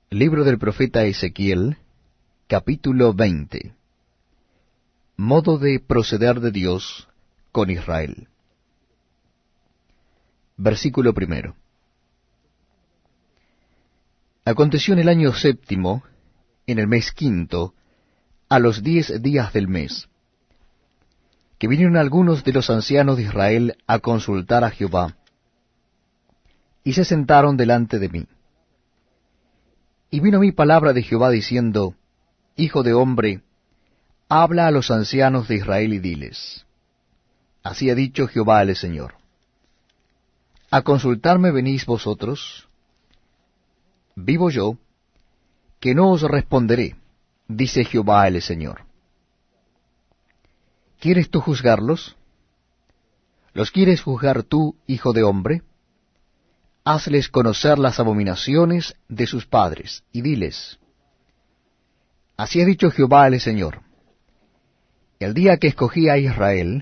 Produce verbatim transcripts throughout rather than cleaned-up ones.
Libro del profeta Ezequiel, capítulo veinte. Modo de proceder de Dios con Israel. Versículo primero. Aconteció en el año séptimo, en el mes quinto, a los diez días del mes, que vinieron algunos de los ancianos de Israel a consultar a Jehová, y se sentaron delante de mí. Y vino a mí palabra de Jehová diciendo, Hijo de hombre, habla a los ancianos de Israel y diles, así ha dicho Jehová el Señor. ¿A consultarme venís vosotros? Vivo yo, que no os responderé, dice Jehová el Señor. ¿Quieres tú juzgarlos? ¿Los quieres juzgar tú, hijo de hombre? Hazles conocer las abominaciones de sus padres, y diles, así ha dicho Jehová el Señor, el día que escogí a Israel,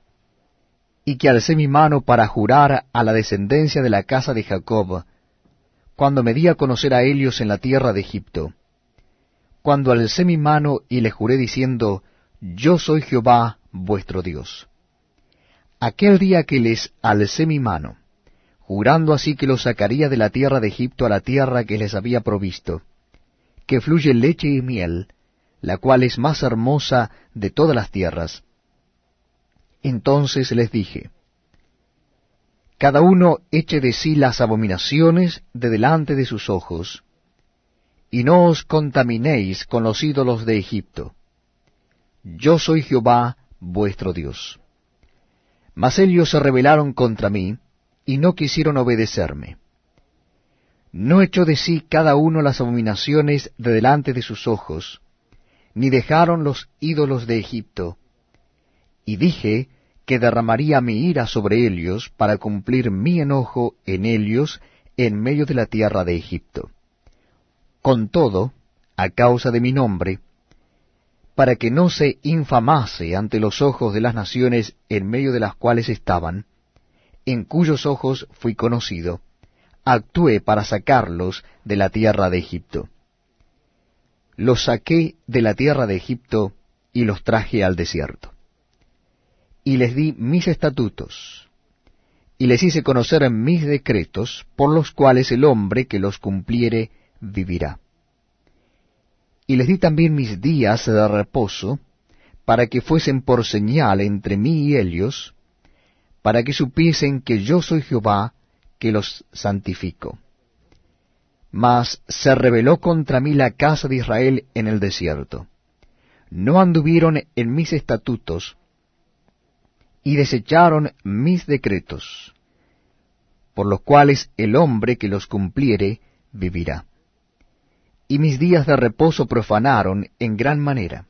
y que alcé mi mano para jurar a la descendencia de la casa de Jacob, cuando me di a conocer a ellos en la tierra de Egipto, cuando alcé mi mano y les juré diciendo, yo soy Jehová vuestro Dios. Aquel día que les alcé mi mano, jurando así que los sacaría de la tierra de Egipto a la tierra que les había provisto, que fluye leche y miel, la cual es más hermosa de todas las tierras. Entonces les dije, cada uno eche de sí las abominaciones de delante de sus ojos, y no os contaminéis con los ídolos de Egipto. Yo soy Jehová vuestro Dios. Mas ellos se rebelaron contra mí, y no quisieron obedecerme. No echó de sí cada uno las abominaciones de delante de sus ojos, ni dejaron los ídolos de Egipto. Y dije que derramaría mi ira sobre ellos para cumplir mi enojo en ellos en medio de la tierra de Egipto. Con todo, a causa de mi nombre, para que no se infamase ante los ojos de las naciones en medio de las cuales estaban, en cuyos ojos fui conocido, actué para sacarlos de la tierra de Egipto. Los saqué de la tierra de Egipto y los traje al desierto. Y les di mis estatutos, y les hice conocer mis decretos, por los cuales el hombre que los cumpliere vivirá. Y les di también mis días de reposo, para que fuesen por señal entre mí y ellos, para que supiesen que yo soy Jehová, que los santifico. Mas se rebeló contra mí la casa de Israel en el desierto. No anduvieron en mis estatutos, y desecharon mis decretos, por los cuales el hombre que los cumpliere vivirá. Y mis días de reposo profanaron en gran manera.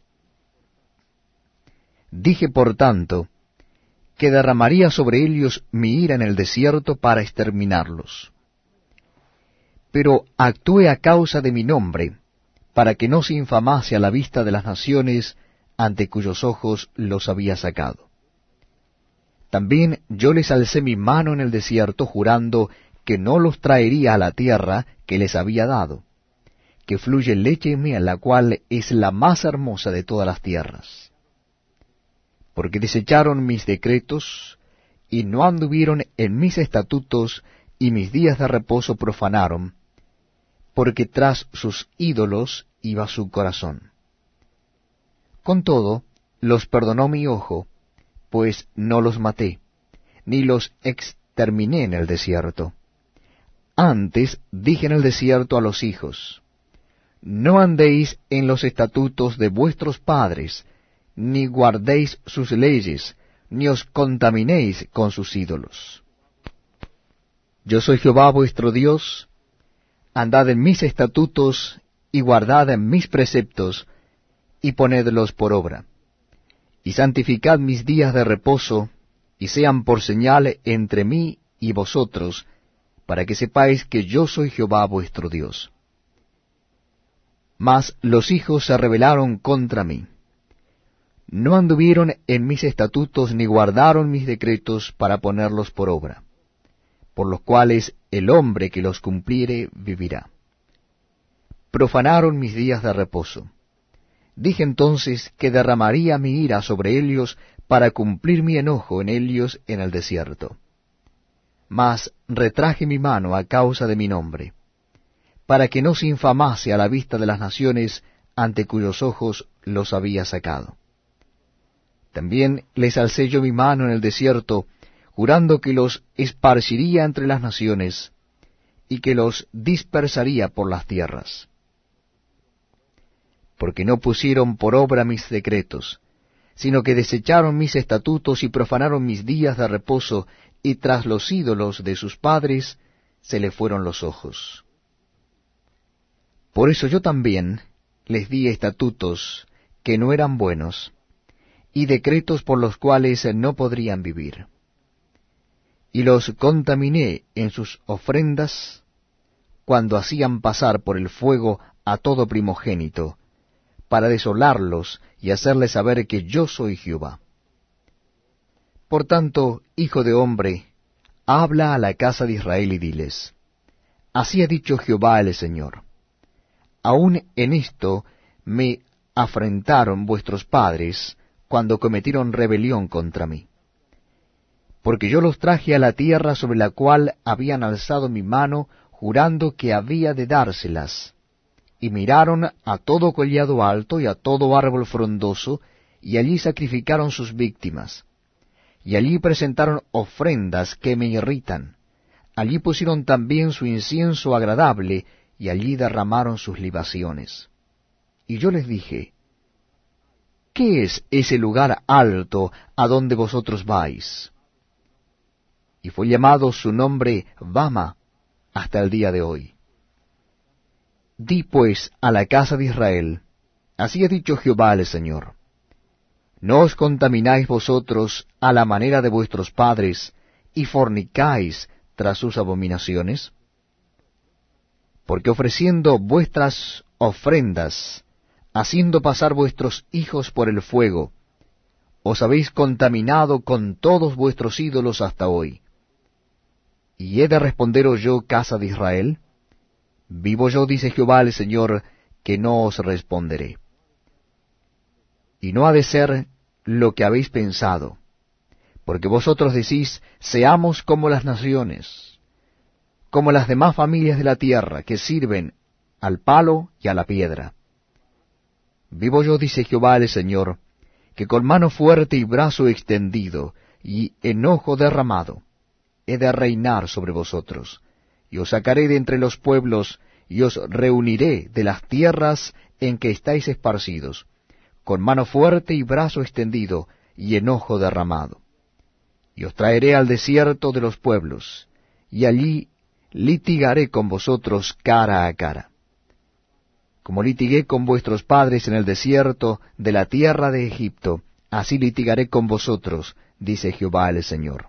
Dije, por tanto, que derramaría sobre ellos mi ira en el desierto para exterminarlos. Pero actué a causa de mi nombre, para que no se infamase a la vista de las naciones ante cuyos ojos los había sacado. También yo les alcé mi mano en el desierto, jurando que no los traería a la tierra que les había dado, que fluye leche y miel, la cual es la más hermosa de todas las tierras. Porque desecharon mis decretos, y no anduvieron en mis estatutos, y mis días de reposo profanaron, porque tras sus ídolos iba su corazón. Con todo, los perdonó mi ojo, pues no los maté, ni los exterminé en el desierto. Antes dije en el desierto a los hijos, no andéis en los estatutos de vuestros padres, ni guardéis sus leyes, ni os contaminéis con sus ídolos. Yo soy Jehová vuestro Dios, andad en mis estatutos, y guardad en mis preceptos, y ponedlos por obra. Y santificad mis días de reposo, y sean por señal entre mí y vosotros, para que sepáis que yo soy Jehová vuestro Dios. Mas los hijos se rebelaron contra mí. No anduvieron en mis estatutos, ni guardaron mis decretos para ponerlos por obra, por los cuales el hombre que los cumpliere vivirá. profanaron mis días de reposo. Dije entonces que derramaría mi ira sobre ellos para cumplir mi enojo en ellos en el desierto. Mas retraje mi mano a causa de mi nombre, para que no se infamase a la vista de las naciones ante cuyos ojos los había sacado. También les alcé yo mi mano en el desierto, jurando que los esparciría entre las naciones, y que los dispersaría por las tierras. Porque no pusieron por obra mis decretos, sino que desecharon mis estatutos y profanaron mis días de reposo, y tras los ídolos de sus padres se le fueron los ojos. Por eso yo también les di estatutos que no eran buenos, y decretos por los cuales no podrían vivir. Y los contaminé en sus ofrendas, cuando hacían pasar por el fuego a todo primogénito, para desolarlos y hacerles saber que yo soy Jehová. Por tanto, hijo de hombre, habla a la casa de Israel y diles, así ha dicho Jehová el Señor, aun en esto me afrentaron vuestros padres cuando cometieron rebelión contra mí. Porque yo los traje a la tierra sobre la cual habían alzado mi mano, jurando que había de dárselas, y miraron a todo collado alto y a todo árbol frondoso, y allí sacrificaron sus víctimas. Y allí presentaron ofrendas que me irritan. Allí pusieron también su incienso agradable, y allí derramaron sus libaciones. Y yo les dije, ¿qué es ese lugar alto a donde vosotros vais? Y fue llamado su nombre Bama hasta el día de hoy. Di pues a la casa de Israel, así ha dicho Jehová el Señor, ¿no os contamináis vosotros a la manera de vuestros padres, y fornicáis tras sus abominaciones? Porque ofreciendo vuestras ofrendas, haciendo pasar vuestros hijos por el fuego, os habéis contaminado con todos vuestros ídolos hasta hoy. ¿Y he de responderos yo, casa de Israel? Vivo yo, dice Jehová el Señor, que no os responderé. Y no ha de ser lo que habéis pensado, porque vosotros decís, seamos como las naciones, como las demás familias de la tierra, que sirven al palo y a la piedra. Vivo yo, dice Jehová el Señor, que con mano fuerte y brazo extendido, y enojo derramado, he de reinar sobre vosotros, y os sacaré de entre los pueblos, y os reuniré de las tierras en que estáis esparcidos, con mano fuerte y brazo extendido, y enojo derramado. Y os traeré al desierto de los pueblos, y allí litigaré con vosotros cara a cara. Como litigué con vuestros padres en el desierto de la tierra de Egipto, así litigaré con vosotros, dice Jehová el Señor.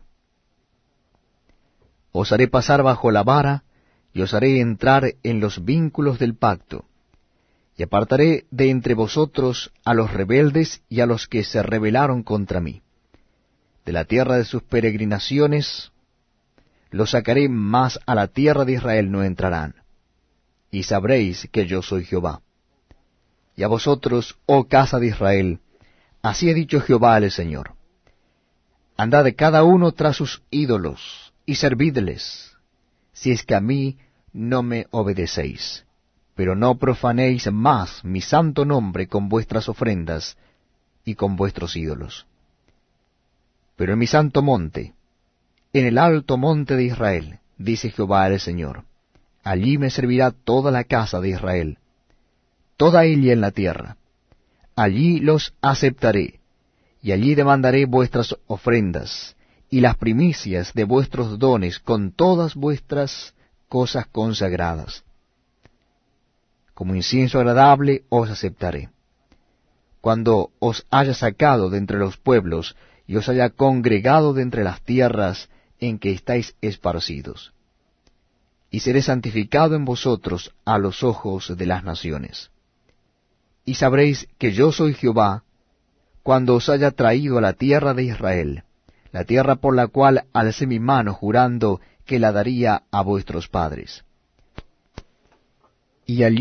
Os haré pasar bajo la vara, y os haré entrar en los vínculos del pacto, y apartaré de entre vosotros a los rebeldes y a los que se rebelaron contra mí. De la tierra de sus peregrinaciones los sacaré, mas a la tierra de Israel no entrarán, y sabréis que yo soy Jehová. Y a vosotros, oh casa de Israel, así ha dicho Jehová el Señor, andad cada uno tras sus ídolos, y servidles, si es que a mí no me obedecéis. Pero no profanéis más mi santo nombre con vuestras ofrendas y con vuestros ídolos. Pero en mi santo monte, en el alto monte de Israel, dice Jehová el Señor, allí me servirá toda la casa de Israel, toda ella en la tierra. Allí los aceptaré, y allí demandaré vuestras ofrendas, y las primicias de vuestros dones con todas vuestras cosas consagradas. Como incienso agradable os aceptaré. Cuando os haya sacado de entre los pueblos, y os haya congregado de entre las tierras en que estáis esparcidos. Y seré santificado en vosotros a los ojos de las naciones. Y sabréis que yo soy Jehová, cuando os haya traído a la tierra de Israel, la tierra por la cual alcé mi mano jurando que la daría a vuestros padres. Y allí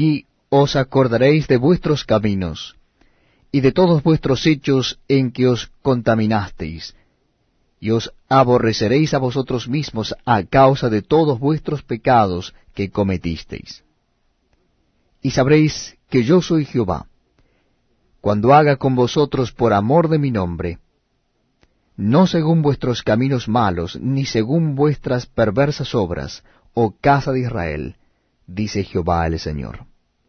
os acordaréis de vuestros caminos, y de todos vuestros hechos en que os contaminasteis, y os aborreceréis a vosotros mismos a causa de todos vuestros pecados que cometisteis. Y sabréis que yo soy Jehová, cuando haga con vosotros por amor de mi nombre, no según vuestros caminos malos, ni según vuestras perversas obras, oh casa de Israel, dice Jehová el Señor.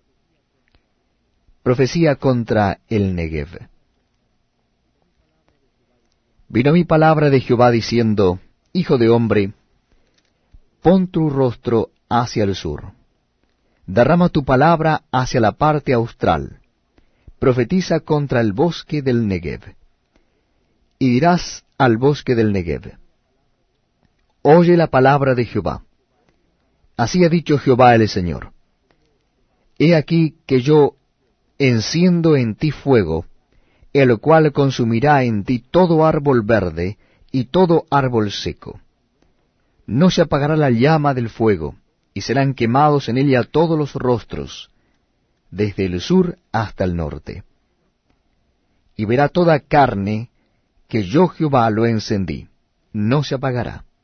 Profecía contra el Negev. Vino mi palabra de Jehová diciendo, Hijo de hombre, pon tu rostro hacia el sur, derrama tu palabra hacia la parte austral, profetiza contra el bosque del Negev. Y dirás al bosque del Negev, oye la palabra de Jehová. Así ha dicho Jehová el Señor. He aquí que yo enciendo en ti fuego, el cual consumirá en ti todo árbol verde y todo árbol seco. No se apagará la llama del fuego, y serán quemados en ella todos los rostros, desde el sur hasta el norte. Y verá toda carne que yo Jehová lo encendí, no se apagará.